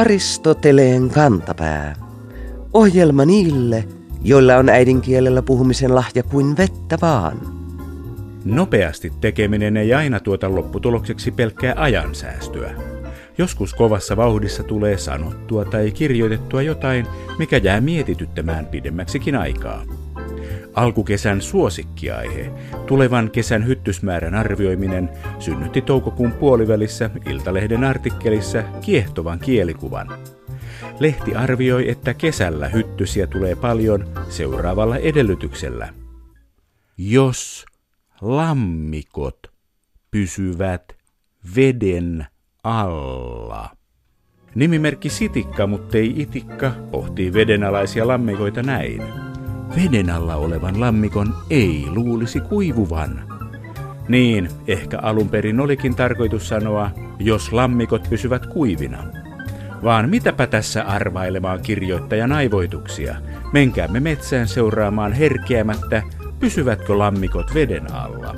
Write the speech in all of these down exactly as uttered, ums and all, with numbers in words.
Aristoteleen kantapää. Ohjelma niille, joilla on äidinkielellä puhumisen lahja kuin vettä vaan. Nopeasti tekeminen ei aina tuota lopputulokseksi pelkkää ajansäästöä. Joskus kovassa vauhdissa tulee sanottua tai kirjoitettua jotain, mikä jää mietityttämään pidemmäksikin aikaa. Alkukesän suosikkiaihe, tulevan kesän hyttysmäärän arvioiminen, synnytti toukokuun puolivälissä Iltalehden artikkelissa kiehtovan kielikuvan. Lehti arvioi, että kesällä hyttysiä tulee paljon seuraavalla edellytyksellä. Jos lammikot pysyvät veden alla. Nimimerkki Sitikka, muttei Itikka, pohtii vedenalaisia lammikoita näin. Veden alla olevan lammikon ei luulisi kuivuvan. Niin, ehkä alun perin olikin tarkoitus sanoa, jos lammikot pysyvät kuivina. Vaan mitäpä tässä arvailemaan kirjoittajan aivoituksia. Menkäämme metsään seuraamaan herkeämättä, pysyvätkö lammikot veden alla.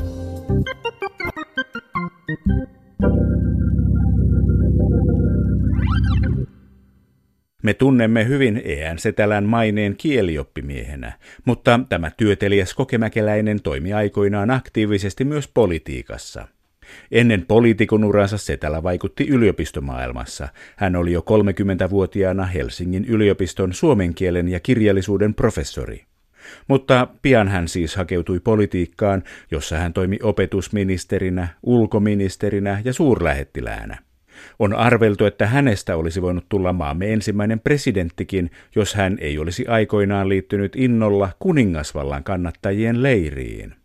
Me tunnemme hyvin Eän Setälän maineen kielioppimiehenä, mutta tämä työteliäs kokemäkeläinen toimi aikoinaan aktiivisesti myös politiikassa. Ennen poliitikon uransa Setälä vaikutti yliopistomaailmassa. Hän oli jo kolmekymmentävuotiaana Helsingin yliopiston suomen kielen ja kirjallisuuden professori. Mutta pian hän siis hakeutui politiikkaan, jossa hän toimi opetusministerinä, ulkoministerinä ja suurlähettiläänä. On arveltu, että hänestä olisi voinut tulla maamme ensimmäinen presidenttikin, jos hän ei olisi aikoinaan liittynyt innolla kuningasvallan kannattajien leiriin.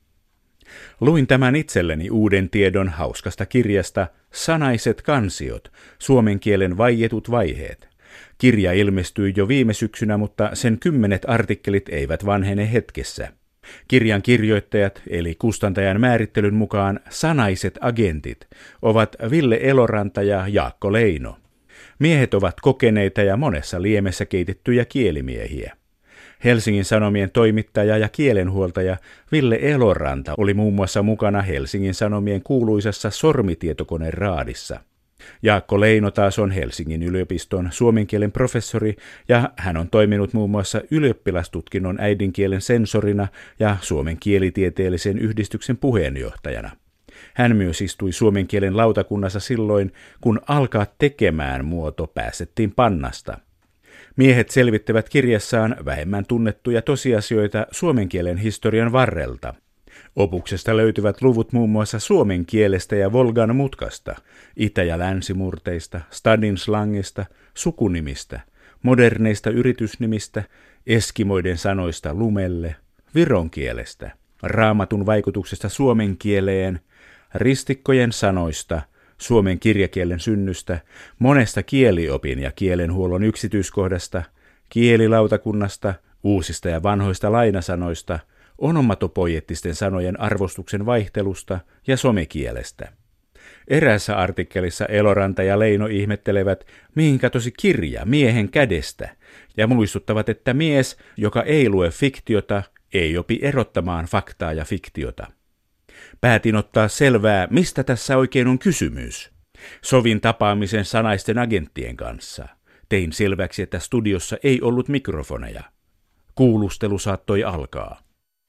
Luin tämän itselleni uuden tiedon hauskasta kirjasta Sanaiset kansiot, suomen kielen vaietut vaiheet. Kirja ilmestyi jo viime syksynä, mutta sen kymmenet artikkelit eivät vanhene hetkessä. Kirjan kirjoittajat, eli kustantajan määrittelyn mukaan sanaiset agentit, ovat Ville Eloranta ja Jaakko Leino. Miehet ovat kokeneita ja monessa liemessä keitettyjä kielimiehiä. Helsingin Sanomien toimittaja ja kielenhuoltaja Ville Eloranta oli muun muassa mukana Helsingin Sanomien kuuluisassa sormitietokoneraadissa. Jaakko Leino taas on Helsingin yliopiston suomen kielen professori ja hän on toiminut muun muassa ylioppilastutkinnon äidinkielen sensorina ja suomen kielitieteellisen yhdistyksen puheenjohtajana. Hän myös istui suomen kielen lautakunnassa silloin, kun alkaa tekemään muoto päästettiin pannasta. Miehet selvittävät kirjassaan vähemmän tunnettuja tosiasioita suomen kielen historian varrelta. Opuksesta löytyvät luvut muun muassa suomen kielestä ja Volgan mutkasta, itä- ja länsimurteista, stadin slangista, sukunimistä, moderneista yritysnimistä, eskimoiden sanoista lumelle, viron kielestä, raamatun vaikutuksesta suomen kieleen, ristikkojen sanoista, suomen kirjakielen synnystä, monesta kieliopin ja kielenhuollon yksityiskohdasta, kielilautakunnasta, uusista ja vanhoista lainasanoista, onomatopoiettisten sanojen arvostuksen vaihtelusta ja somekielestä. Eräässä artikkelissa Eloranta ja Leino ihmettelevät, mihin katosi kirja miehen kädestä, ja muistuttavat, että mies, joka ei lue fiktiota, ei opi erottamaan faktaa ja fiktiota. Päätin ottaa selvää, mistä tässä oikein on kysymys. Sovin tapaamisen sanaisten agenttien kanssa. Tein selväksi, että studiossa ei ollut mikrofoneja. Kuulustelu saattoi alkaa.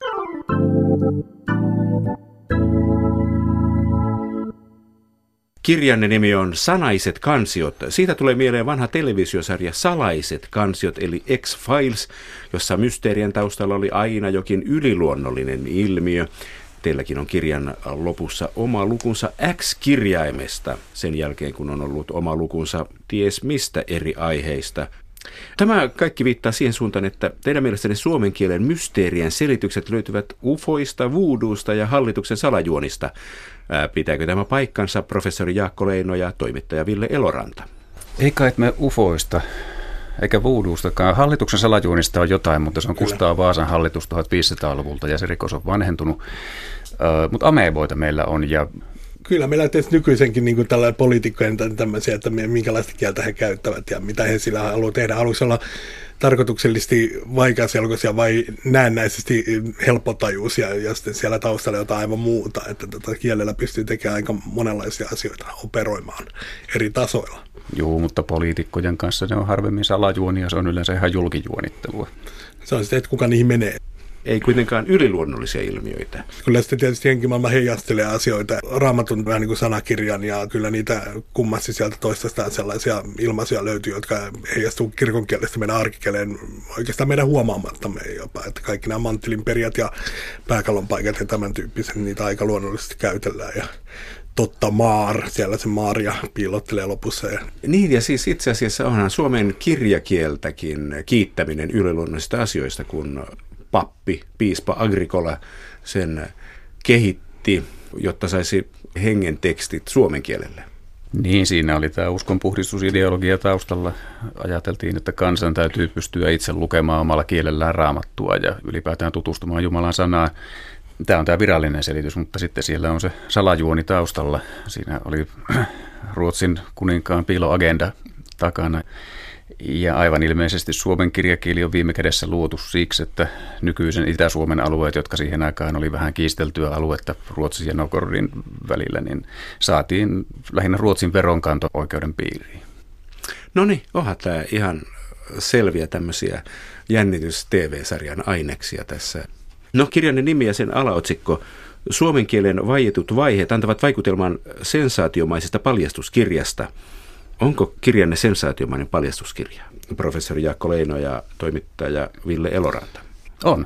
Kirjanne nimi on Sanaiset kansiot. Siitä tulee mieleen vanha televisiosarja Salaiset kansiot eli X-Files, jossa mysteerien taustalla oli aina jokin yliluonnollinen ilmiö. Teilläkin on kirjan lopussa oma lukunsa X-kirjaimesta, sen jälkeen kun on ollut oma lukunsa ties mistä eri aiheista. Tämä kaikki viittaa siihen suuntaan, että teidän mielestänne suomen kielen mysteerien selitykset löytyvät ufoista, voodoosta ja hallituksen salajuonista. Pitääkö tämä paikkansa, professori Jaakko Leino ja toimittaja Ville Eloranta? Ei kai me ufoista eikä voodoostakaan. Hallituksen salajuonista on jotain, mutta se on Kyllä. Kustaa Vaasan hallitus tuhatviisisataaluvulta ja se rikos on vanhentunut. Uh, mutta ameeboita meillä on ja Kyllä meillä tietysti nykyisenkin niin tällainen poliitikkojen tämmöisiä, että minkälaista kieltä he käyttävät ja mitä he sillä haluavat tehdä. Haluaisi olla tarkoituksellisesti vaikeaselkoisia vai näennäisesti helppotajuisia ja sitten siellä taustalla jotain aivan muuta, että tota kielellä pystyy tekemään aika monenlaisia asioita, operoimaan eri tasoilla. Joo, mutta poliitikkojen kanssa ne on harvemmin salajuonia, se on yleensä ihan julkijuonittelua. Se on sitten, että kuka niihin menee. Ei kuitenkaan yliluonnollisia ilmiöitä. Kyllä sitten tietysti henkimaailma heijastelee asioita. Raamatun vähän niin kuin sanakirjan ja kyllä niitä kummasti sieltä toistastaan sellaisia ilmaisuja löytyy, jotka heijastuu kirkon kielestä meidän arkikieleen oikeastaan meidän huomaamattamme jopa. Että kaikki nämä manttelinperijät ja pääkallonpaikat ja tämän tyyppiset, niitä aika luonnollisesti käytellään ja totta maar, siellä se Maaria piilottelee lopussa. Ja Niin ja siis itse asiassa onhan Suomen kirjakieltäkin kiittäminen yliluonnollisista asioista, kun pappi, piispa Agricola sen kehitti, jotta saisi hengen tekstit suomen kielelle. Niin, siinä oli tämä uskonpuhdistusideologia taustalla. Ajateltiin, että kansan täytyy pystyä itse lukemaan omalla kielellään Raamattua ja ylipäätään tutustumaan Jumalan sanaan. Tämä on tämä virallinen selitys, mutta sitten siellä on se salajuoni taustalla. Siinä oli Ruotsin kuninkaan piiloagenda takana. Ja aivan ilmeisesti Suomen kirjakieli on viime kädessä luotu siksi, että nykyisen Itä-Suomen alueet, jotka siihen aikaan oli vähän kiisteltyä aluetta Ruotsin ja Novgorodin välillä, niin saatiin lähinnä Ruotsin veronkanto-oikeuden piiriin. No niin, onhan tämä ihan selviä tämmöisiä jännitys-T V-sarjan aineksia tässä. No, kirjanne nimi ja sen alaotsikko Suomen kielen vaietut vaiheet antavat vaikutelman sensaatiomaisesta paljastuskirjasta. Onko kirjanne sensaatiomainen paljastuskirja? Professori Jaakko Leino ja toimittaja Ville Eloranta. On.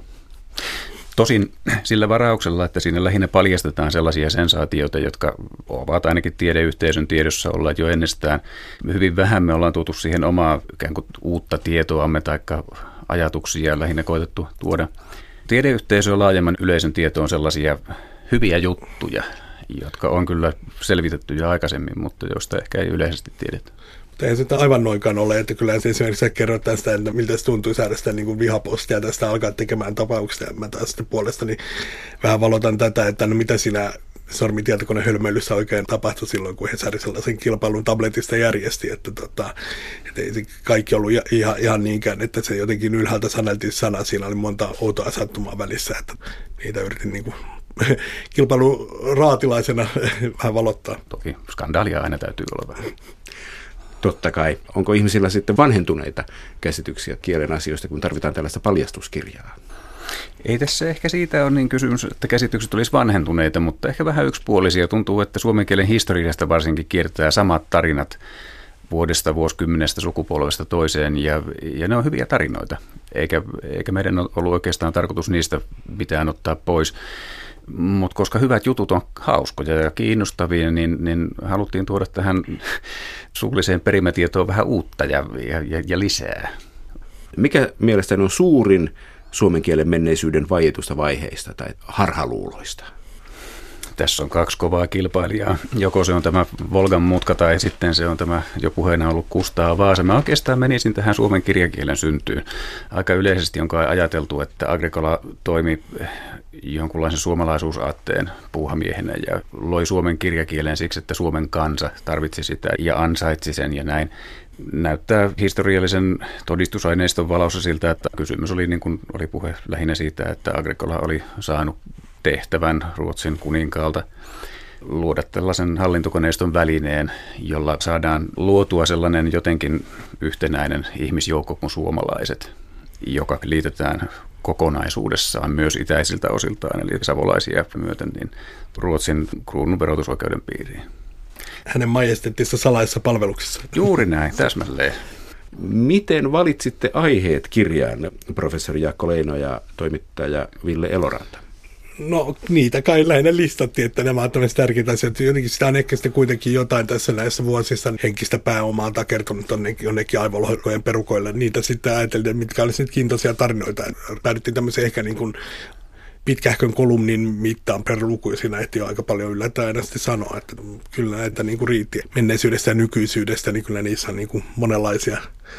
Tosin sillä varauksella, että siinä lähinnä paljastetaan sellaisia sensaatioita, jotka ovat ainakin tiedeyhteisön tiedossa olleet jo ennestään. Hyvin vähän me ollaan tuotu siihen omaa ikään kuin uutta tietoamme tai ajatuksia lähinnä koetettu tuoda. Tiedeyhteisö ja laajemman yleisön tietoon sellaisia hyviä juttuja, jotka on kyllä selvitetty jo aikaisemmin, mutta joista ehkä ei yleisesti tiedetä. Mutta ei se aivan noinkaan ole, että kyllä esimerkiksi kerroit tästä, että miltä se tuntui saada sitä niin kuin vihapostia tästä alkaa tekemään tapauksia. Mä taas sitten puolestani vähän valotan tätä, että no mitä siinä sormitietokoneen hölmöilyssä oikein tapahtui silloin, kun Hesari sellaisen kilpailun tabletista järjesti, että, tota, että ei se kaikki ollut ihan, ihan niinkään, että se jotenkin ylhäältä saneltiin sana, siinä oli monta outoa sattumaa välissä, että niitä yritin niin kuin kilpailuraatilaisena vähän valottaa. Toki skandaalia aina täytyy olla vähän. Totta kai. Onko ihmisillä sitten vanhentuneita käsityksiä kielen asioista, kun tarvitaan tällaista paljastuskirjaa? Ei tässä ehkä siitä ole niin kysymys, että käsitykset olisi vanhentuneita, mutta ehkä vähän yksipuolisia. Tuntuu, että suomen kielen historiasta varsinkin kiertää samat tarinat vuodesta, vuosikymmenestä, sukupolvesta toiseen, ja, ja ne on hyviä tarinoita, eikä, eikä meidän ole ollut oikeastaan tarkoitus niistä mitään ottaa pois. Mutta koska hyvät jutut on hauskoja ja kiinnostavia, niin, niin haluttiin tuoda tähän suulliseen perimätietoon vähän uutta ja, ja, ja lisää. Mikä mielestäni on suurin suomen kielen menneisyyden vaietusta vaiheista tai harhaluuloista? Tässä on kaksi kovaa kilpailijaa. Joko se on tämä Volgan mutka tai sitten se on tämä jo puheena ollut Kustaa Vaasa. Mä oikeastaan menisin tähän suomen kirjakielen syntyyn. Aika yleisesti on kai ajateltu, että Agricola toimi jonkunlaisen suomalaisuusaatteen puuhamiehenä ja loi suomen kirjakielen siksi, että Suomen kansa tarvitsi sitä ja ansaitsi sen ja näin. Näyttää historiallisen todistusaineiston valossa siltä, että kysymys oli, niin kuin oli puhe lähinnä siitä, että Agricola oli saanut tehtävän Ruotsin kuninkaalta luoda tällaisen hallintokoneiston välineen, jolla saadaan luotua sellainen jotenkin yhtenäinen ihmisjoukko kuin suomalaiset, joka liitetään kokonaisuudessaan myös itäisiltä osiltaan, eli savolaisia myöten, niin Ruotsin kruunun verotusoikeuden piiriin. Hänen majestetissa salaisessa palveluksessa. Juuri näin, täsmälleen. Miten valitsitte aiheet kirjaan, professori Jaakko Leino ja toimittaja Ville Eloranta? No niitä kai lähinnä listattiin, että nämä ovat tämmöiset tärkeitä asiat. Jotenkin sitä on ehkä sitten kuitenkin jotain tässä näissä vuosissa henkistä pääomaa takertunut jonnekin aivolohkojen perukoille. Niitä sitten ajateltiin, mitkä olisivat kiintoisia tarinoita. Päädyttiin tämmöisen ehkä niin kuin pitkähkön kolumnin mittaan per luku, ja siinä ehti jo aika paljon yllättäen aina sitten sanoa, että kyllä näitä niin kuin riitti menneisyydestä ja nykyisyydestä, niin kyllä niissä on niin kuin monenlaisia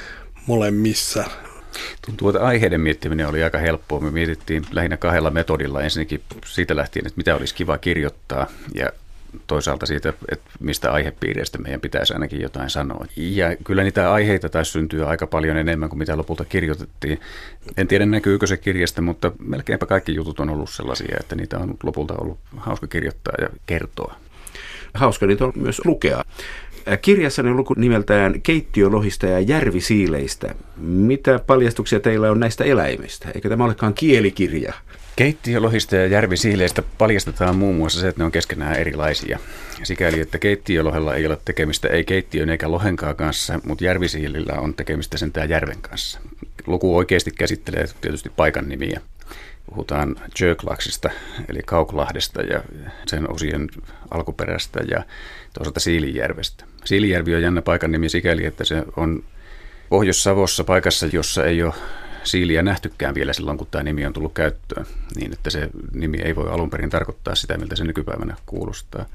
molemmissa. Tuntuu, että aiheiden miettiminen oli aika helppoa. Me mietittiin lähinnä kahdella metodilla. Ensinnäkin siitä lähtien, että mitä olisi kiva kirjoittaa, ja toisaalta siitä, että mistä aihepiireistä meidän pitäisi ainakin jotain sanoa. Ja kyllä niitä aiheita taisi syntyä aika paljon enemmän kuin mitä lopulta kirjoitettiin. En tiedä näkyykö se kirjasta, mutta melkeinpä kaikki jutut on ollut sellaisia, että niitä on lopulta ollut hauska kirjoittaa ja kertoa. Hauska niitä on myös lukea. Kirjassani on luku nimeltään Keittiölohista ja järvisiileistä. Mitä paljastuksia teillä on näistä eläimistä? Eikö tämä olekaan kielikirja? Keittiölohista ja järvisiileistä paljastetaan muun muassa se, että ne on keskenään erilaisia. Sikäli, että keittiölohella ei ole tekemistä ei keittiön eikä lohenkaan kanssa, mutta järvisiilillä on tekemistä sentään järven kanssa. Luku oikeasti käsittelee tietysti paikan nimiä. Puhutaan Jöklaksista, eli Kauklahdesta ja sen osien alkuperästä ja toisaalta Siilinjärvestä. Siilinjärvi on jännä paikan nimi sikäli, että se on Pohjois-Savossa paikassa, jossa ei ole siiliä nähtykään vielä silloin, kun tämä nimi on tullut käyttöön. Niin, että se nimi ei voi alun perin tarkoittaa sitä, miltä se nykypäivänä kuulostaa.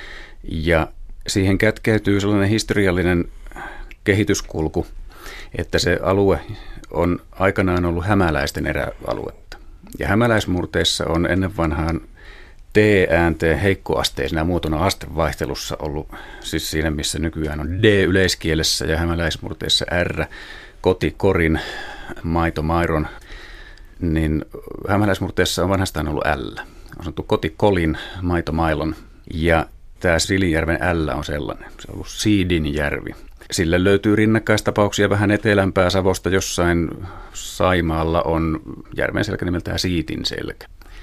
Ja siihen kätkeytyy sellainen historiallinen kehityskulku, että se alue on aikanaan ollut hämäläisten eräaluetta. Ja hämäläismurteissa on ennen vanhaan T-äänteen heikkoasteisena muotona astevaihtelussa ollut, siis siinä missä nykyään on D yleiskielessä ja hämäläismurteissa R, koti, korin, maito, mairon, niin hämäläismurteissa on vanhastaan ollut L. On sanottu koti, kolin, maito, mailon ja tämä Siilinjärven L on sellainen, se on ollut Siidinjärvi. Sille löytyy rinnakkaistapauksia vähän etelämpää Savosta, jossain Saimaalla on järven selkä nimeltään Siitinselkä.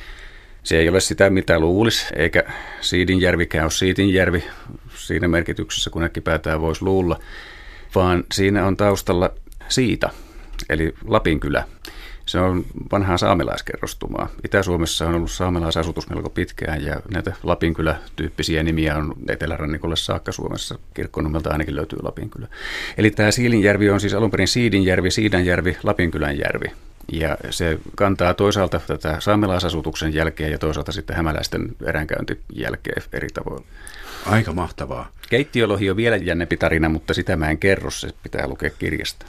Se ei ole sitä, mitä luulisi, eikä Siidinjärvikään ole Siitinjärvi siinä merkityksessä, kun äkkipäätään voisi luulla, vaan siinä on taustalla Siita, eli Lapinkylä. Se on vanhaa saamelaiskerrostumaa. Itä-Suomessa on ollut saamelaisasutus melko pitkään ja näitä Lapinkylä-tyyppisiä nimiä on etelärannikolle saakka Suomessa. Kirkkonummelta ainakin löytyy Lapinkylä. Eli tämä Siilinjärvi on siis alun perin Siidinjärvi, Siidanjärvi, Lapinkylänjärvi. Ja se kantaa toisaalta tätä saamelaisasutuksen jälkeen ja toisaalta sitten hämäläisten eränkäynti jälkeen eri tavoilla. Aika mahtavaa. Keittiölohi on vielä jännempi tarina, mutta sitä mä en kerro, se pitää lukea kirjasta.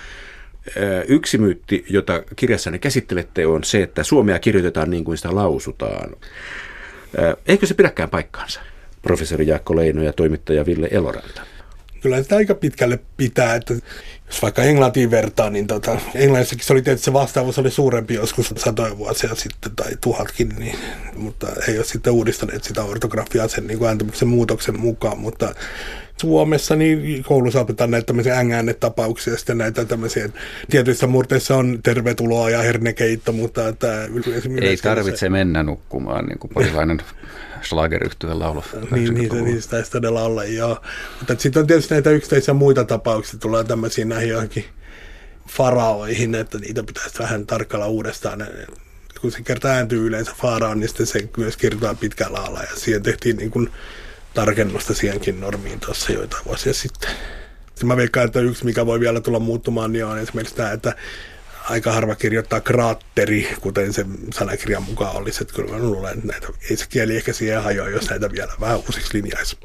Yksi myytti, jota kirjassanne käsittelette, on se, että suomea kirjoitetaan niin kuin sitä lausutaan. Eikö se pidäkään paikkaansa, professori Jaakko Leino ja toimittaja Ville Eloranta? Kyllä sitä aika pitkälle pitää, että jos vaikka englantiin vertaa, niin tota, englannissakin se oli tietysti se vastaavuus oli suurempi joskus satoja vuosia sitten tai tuhatkin, niin, mutta ei ole sitten uudistaneet sitä ortografiaa sen niin kuin ääntämyksen muutoksen mukaan, mutta Suomessa niin koulussa opetetaan näitä tämmöisiä ängäännetapauksia ja sitten näitä tämmöisiä. Tietyissä murteissa on tervetuloa ja hernekeitto, mutta tämä ei tarvitse se mennä nukkumaan, niin kuin porilainen Schlager-yhtyeen laulu. Niin, niin, se, niin se taisi todella olla, joo. Mutta sitten on tietysti näitä yksittäisiä muita tapauksia, tulee tämmöisiä näihin johonkin faraoihin, että niitä pitäisi vähän tarkkailla uudestaan. Kun se kerta ääntyy yleensä faraon, niin sitten se myös kirjoitetaan pitkällä alalla ja siihen tehtiin niin kuin tarkennusta siihenkin normiin tuossa joitain vuosia sitten. Mä veikkaan, että yksi mikä voi vielä tulla muuttumaan, niin on esimerkiksi tämä, että aika harva kirjoittaa kraatteri, kuten se sanakirjan mukaan olisi. Että kyllä mä luulen, että näitä, ei se kieli ehkä siihen hajoa, jos näitä vielä vähän uusiksi linjaisi.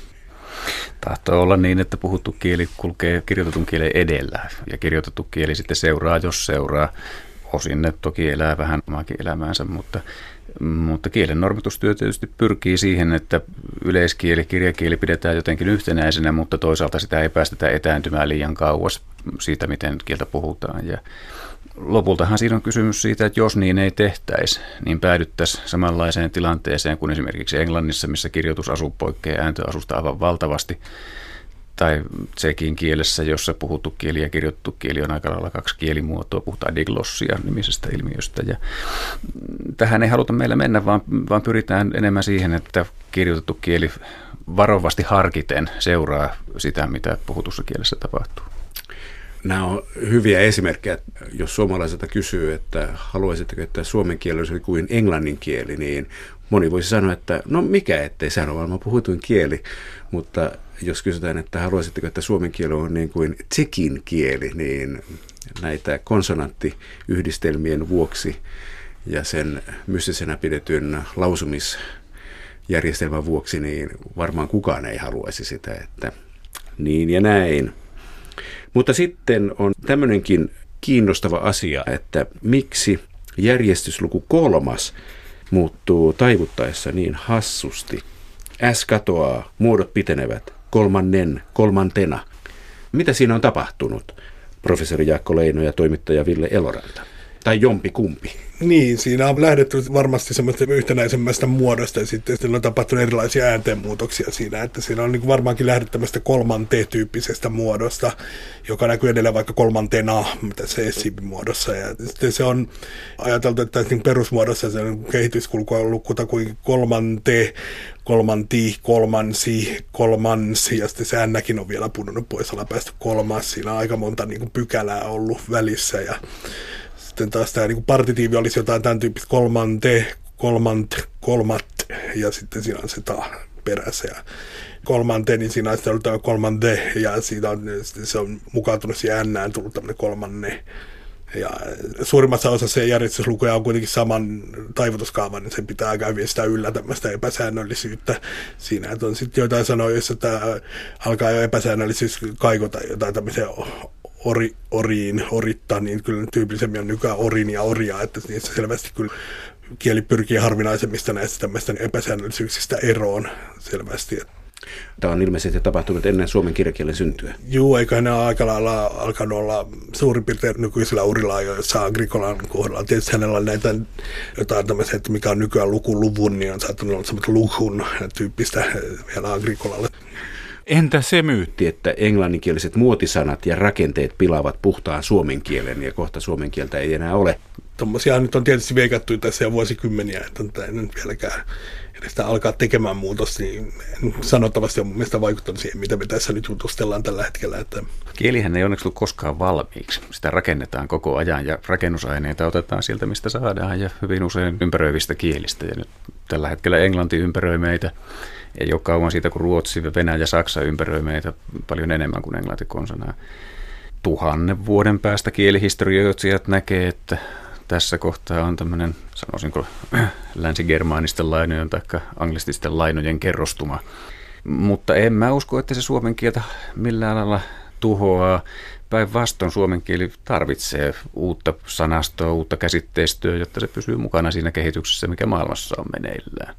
Tahtoo olla niin, että puhuttu kieli kulkee kirjoitetun kielen edellä ja kirjoitettu kieli sitten seuraa, jos seuraa. Osin ne toki elää vähän omaakin elämäänsä, mutta Mutta kielen normitustyö tietysti pyrkii siihen, että yleiskieli, kirjakieli pidetään jotenkin yhtenäisenä, mutta toisaalta sitä ei päästetä etääntymään liian kauas siitä, miten kieltä puhutaan. Ja lopultahan siinä on kysymys siitä, että jos niin ei tehtäisi, niin päädyttäisiin samanlaiseen tilanteeseen kuin esimerkiksi Englannissa, missä kirjoitusasu poikkeaa ääntöasusta aivan valtavasti, tai tsekin kielessä, jossa puhuttu kieli ja kirjoitettu kieli on aika lailla kaksi kielimuotoa, puhutaan diglossia nimisestä ilmiöstä. Ja tähän ei haluta meillä mennä, vaan, vaan pyritään enemmän siihen, että kirjoitettu kieli varovasti harkiten seuraa sitä, mitä puhutussa kielessä tapahtuu. Nämä on hyviä esimerkkejä. Jos suomalaiselta kysyy, että haluaisitteko, että suomen kieli olisi kuin englannin kieli, niin moni voisi sanoa, että no mikä ettei, sehän on maailman puhutuin kieli, mutta jos kysytään, että haluaisitteko, että suomen kieli on niin kuin tsekin kieli, niin näitä konsonanttiyhdistelmien vuoksi ja sen mystisenä pidetyn lausumisjärjestelmän vuoksi, niin varmaan kukaan ei haluaisi sitä, että niin ja näin. Mutta sitten on tämmöinenkin kiinnostava asia, että miksi järjestysluku kolmas muuttuu taivuttaessa niin hassusti. S katoaa, muodot pitenevät, kolmannen, kolmantena. Mitä siinä on tapahtunut, professori Jaakko Leino ja toimittaja Ville Eloranta? Tai jompi kumpi? Niin, siinä on lähdetty varmasti semmoista yhtenäisemmästä muodosta ja sitten on tapahtunut erilaisia ääntenmuutoksia siinä, että siinä on niin varmaankin lähdetty tämmöistä kolmante-tyyppisestä muodosta, joka näkyy edelleen vaikka kolmantena tässä essiipimuodossa. Ja sitten se on ajateltu, että perusmuodossa se kehityskulku on ollut kutakuinkin kolmante, kolmanti, kolmansi, kolmansi ja sitten se ännäkin on vielä pudonnut pois, ollaan päästy kolmas. Siinä on aika monta niin kuin pykälää ollut välissä ja sitten taas tämä niin partitiivi olisi jotain tämän tyyppistä kolmante, kolmant, kolmat ja sitten siinä on se taa perässä. Ja kolmante, niin siinä on sitten ollut tämä kolmante ja siitä on, se on mukautunut siihen ännään tullut tämmöinen kolmanne. Ja suurimmassa osassa järjestyslukuja on kuitenkin saman taivutuskaavan, niin sen pitää aika hyvin sitä yllä tämmöistä epäsäännöllisyyttä siinä. Että on sitten joitain sanoja, joissa tämä alkaa jo epäsäännöllisyys kaikota jotain tämmöisiä ori, oriin, orittaa, niin kyllä tyypillisemmin on nykyään orin ja orjaa, että niissä selvästi kyllä kieli pyrkii harvinaisemmista näistä tämmöistä epäsäännöllisyyksistä eroon selvästi. Tämä on ilmeisesti tapahtunut ennen suomen kirjakielen syntyä. Joo, eiköhän ne aika lailla alkanut olla suurin piirtein nykyisellä urilla, jossa Agricolan kohdalla. Tietysti hänellä on näitä jotain tämmöisiä, että mikä on nykyään lukuluvun, niin on saattanut olla semmoista luhun tyyppistä vielä Agricolalle. Entä se myytti, että englanninkieliset muotisanat ja rakenteet pilaavat puhtaan suomen kielen ja kohta suomen kieltä ei enää ole? Tuommoisia nyt on tietysti veikattu tässä jo vuosikymmeniä, että ei nyt vieläkään edes alkaa tekemään muutos, niin sanottavasti on mun mielestä vaikuttanut siihen, mitä me tässä nyt jutustellaan tällä hetkellä. Että kielihän ei onneksi ollut koskaan valmiiksi. Sitä rakennetaan koko ajan ja rakennusaineita otetaan sieltä, mistä saadaan ja hyvin usein ympäröivistä kielistä. Ja nyt tällä hetkellä englanti ympäröi meitä. Ei ole kauan siitä, kun Ruotsi, Venäjä ja Saksa ympäröi meitä paljon enemmän kuin englanti konsanaan. Tuhannen vuoden päästä kielihistorioitsijat näkee, että tässä kohtaa on tämmöinen, sanoisinko, länsigermaanisten lainojen tai anglististen lainojen kerrostuma. Mutta en mä usko, että se suomen kieltä millään lailla tuhoaa. Päinvastoin suomen kieli tarvitsee uutta sanastoa, uutta käsitteistöä, jotta se pysyy mukana siinä kehityksessä, mikä maailmassa on meneillään.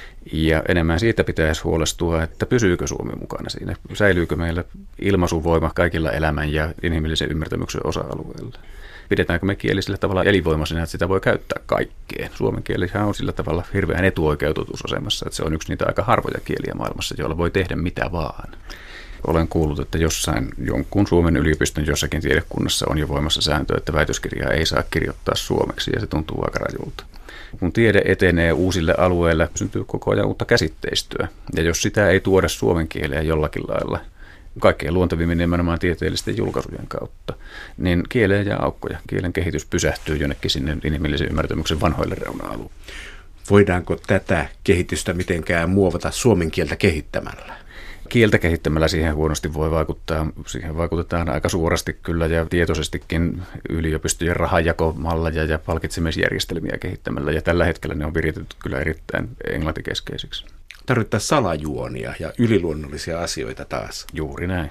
Ja enemmän siitä pitäisi huolestua, että pysyykö Suomi mukana siinä. Säilyykö meillä ilmaisuvoima kaikilla elämän ja inhimillisen ymmärtämyksen osa-alueilla. Pidetäänkö me kieli sillä tavalla elinvoimaisena, että sitä voi käyttää kaikkeen. Suomen kielihän on sillä tavalla hirveän etuoikeututusasemassa, että se on yksi niitä aika harvoja kieliä maailmassa, joilla voi tehdä mitä vaan. Olen kuullut, että jossain jonkun Suomen yliopiston jossakin tiedekunnassa on jo voimassa sääntö, että väitöskirjaa ei saa kirjoittaa suomeksi ja se tuntuu aika rajulta. Kun tiede etenee uusille alueille, syntyy koko ajan uutta käsitteistöä. Ja jos sitä ei tuoda suomen kieleen jollakin lailla, kaikkein luontevimmin nimenomaan tieteellisten julkaisujen kautta, niin kieleen jää aukkoja. Kielen kehitys pysähtyy jonnekin sinne inhimillisen ymmärtämyksen vanhoille reuna-alueille. Voidaanko tätä kehitystä mitenkään muovata suomen kieltä kehittämällä? Kieltä kehittämällä siihen huonosti voi vaikuttaa. Siihen vaikutetaan aika suorasti kyllä ja tietoisestikin yliopistojen rahanjakomalleja ja palkitsemisjärjestelmiä kehittämällä. Ja tällä hetkellä ne on viritetty kyllä erittäin englantikeskeisiksi. Tarvittaisiin salajuonia ja yliluonnollisia asioita taas. Juuri näin.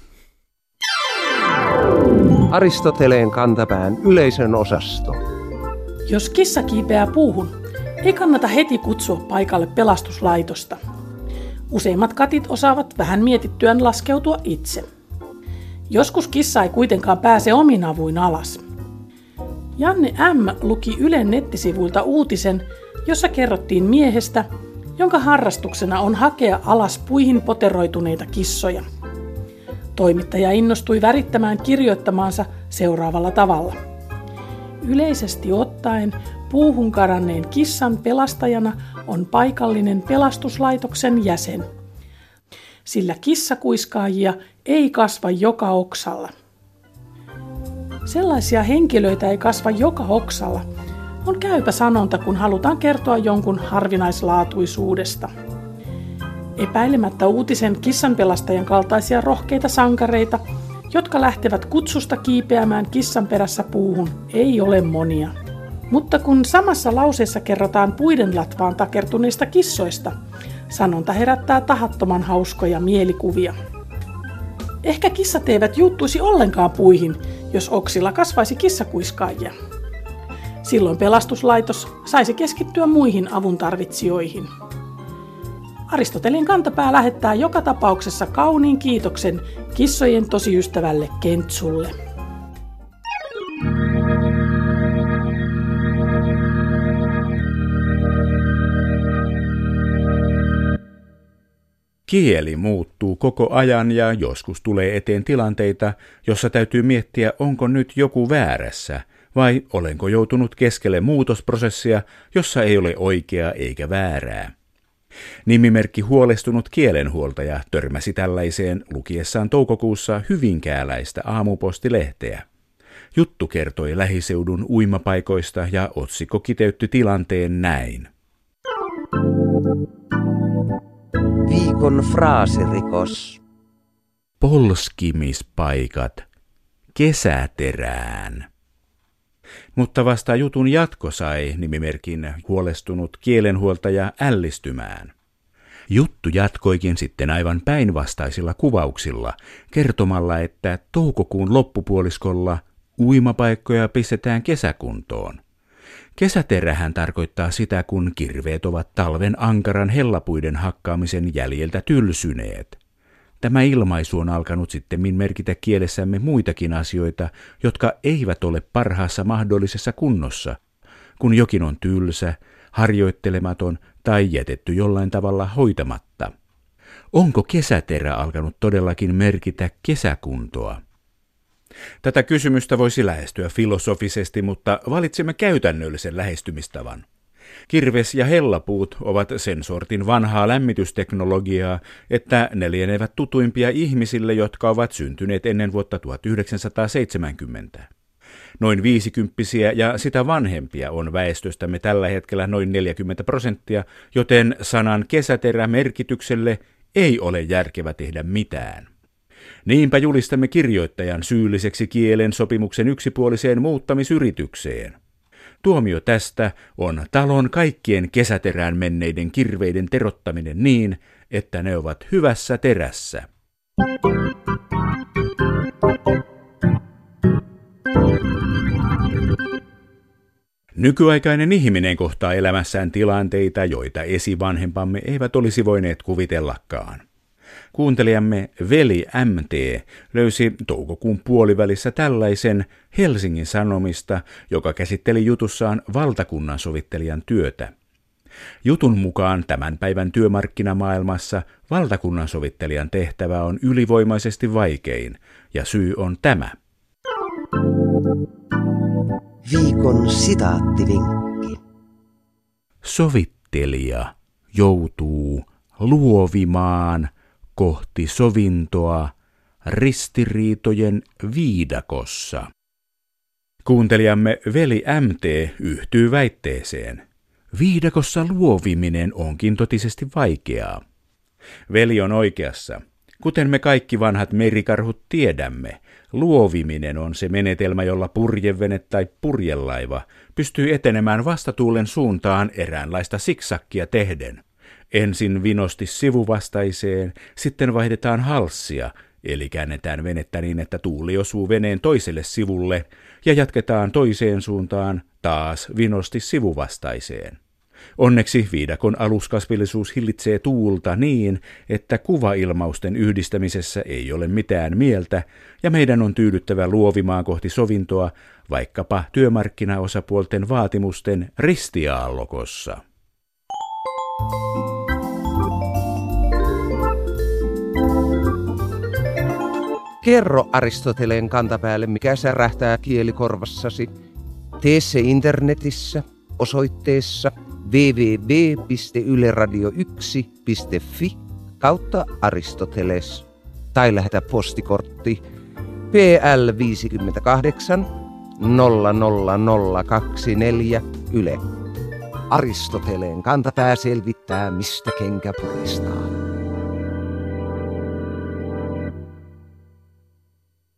Aristoteleen kantapään yleisön osasto. Jos kissa kiipeää puuhun, ei kannata heti kutsua paikalle pelastuslaitosta. Useimmat katit osaavat vähän mietittyään laskeutua itse. Joskus kissa ei kuitenkaan pääse omin avuin alas. Janne M. luki Ylen nettisivuilta uutisen, jossa kerrottiin miehestä, jonka harrastuksena on hakea alas puihin poteroituneita kissoja. Toimittaja innostui värittämään kirjoittamaansa seuraavalla tavalla. Yleisesti ottaen puuhun karanneen kissan pelastajana on paikallinen pelastuslaitoksen jäsen. Sillä kissakuiskaajia ei kasva joka oksalla. Sellaisia henkilöitä ei kasva joka oksalla on käypä sanonta, kun halutaan kertoa jonkun harvinaislaatuisuudesta. Epäilemättä uutisen kissanpelastajan kaltaisia rohkeita sankareita, jotka lähtevät kutsusta kiipeämään kissan perässä puuhun, ei ole monia. Mutta kun samassa lauseessa kerrotaan puiden latvaan takertuneista kissoista, sanonta herättää tahattoman hauskoja mielikuvia. Ehkä kissat eivät juuttuisi ollenkaan puihin, jos oksilla kasvaisi kissakuiskaajia. Silloin pelastuslaitos saisi keskittyä muihin avuntarvitsijoihin. Aristoteleen kantapää lähettää joka tapauksessa kauniin kiitoksen kissojen tosiystävälle Kentsulle. Kieli muuttuu koko ajan ja joskus tulee eteen tilanteita, jossa täytyy miettiä, onko nyt joku väärässä vai olenko joutunut keskelle muutosprosessia, jossa ei ole oikeaa eikä väärää. Nimimerkki Huolestunut kielenhuoltaja törmäsi tällaiseen lukiessaan toukokuussa hyvinkääläistä aamupostilehteä. Juttu kertoi lähiseudun uimapaikoista ja otsikko kiteytti tilanteen näin. Viikon fraasirikos. Polskimispaikat. Kesäterään. Mutta vasta jutun jatko sai nimimerkin Huolestunut kielenhuoltaja ällistymään. Juttu jatkoikin sitten aivan päinvastaisilla kuvauksilla, kertomalla, että toukokuun loppupuoliskolla uimapaikkoja pistetään kesäkuntoon. Kesäterähän tarkoittaa sitä, kun kirveet ovat talven ankaran hellapuiden hakkaamisen jäljiltä tylsyneet. Tämä ilmaisu on alkanut sittemmin merkitä kielessämme muitakin asioita, jotka eivät ole parhaassa mahdollisessa kunnossa, kun jokin on tylsä, harjoittelematon tai jätetty jollain tavalla hoitamatta. Onko kesäterä alkanut todellakin merkitä kesäkuntoa? Tätä kysymystä voisi lähestyä filosofisesti, mutta valitsimme käytännöllisen lähestymistavan. Kirves- ja hellapuut ovat sen sortin vanhaa lämmitysteknologiaa, että ne lienevät tutuimpia ihmisille, jotka ovat syntyneet ennen vuotta tuhatyhdeksänsataaseitsemänkymmentä. Noin viisikymppisiä ja sitä vanhempia on väestöstämme tällä hetkellä noin neljäkymmentä prosenttia, joten sanan kesäterä merkitykselle ei ole järkevä tehdä mitään. Niinpä julistamme kirjoittajan syylliseksi kielen sopimuksen yksipuoliseen muuttamisyritykseen. Tuomio tästä on talon kaikkien kesäterään menneiden kirveiden terottaminen niin, että ne ovat hyvässä terässä. Nykyaikainen ihminen kohtaa elämässään tilanteita, joita esivanhempamme eivät olisi voineet kuvitellakaan. Kuuntelijamme Veli M T löysi toukokuun puolivälissä tällaisen Helsingin Sanomista, joka käsitteli jutussaan valtakunnansovittelijan työtä. Jutun mukaan tämän päivän työmarkkinamaailmassa valtakunnansovittelijan tehtävä on ylivoimaisesti vaikein, ja syy on tämä. Viikon sitaattivinkki. Sovittelija joutuu luovimaan kohti sovintoa ristiriitojen viidakossa. Kuuntelijamme Veli M T yhtyy väitteeseen. Viidakossa luoviminen onkin totisesti vaikeaa. Veli on oikeassa. Kuten me kaikki vanhat merikarhut tiedämme, luoviminen on se menetelmä, jolla purjevene tai purjelaiva pystyy etenemään vastatuulen suuntaan eräänlaista siksakkia tehden. Ensin vinosti sivuvastaiseen, sitten vaihdetaan halssia, eli käännetään venettä niin, että tuuli osuu veneen toiselle sivulle, ja jatketaan toiseen suuntaan taas vinosti sivuvastaiseen. Onneksi viidakon aluskasvillisuus hillitsee tuulta niin, että kuvailmausten yhdistämisessä ei ole mitään mieltä, ja meidän on tyydyttävä luovimaan kohti sovintoa vaikkapa työmarkkinaosapuolten vaatimusten ristiaallokossa. Kerro Aristoteleen kantapäälle, mikä särähtää kielikorvassasi. Tee se internetissä osoitteessa double-u double-u double-u piste yle radio yksi piste fi kautta Aristoteles tai lähetä postikortti P L viisikymmentäkahdeksan nolla nolla nolla kaksikymmentäneljä Yle. Aristoteleen kantapää selvittää, mistä kenkä puristaa.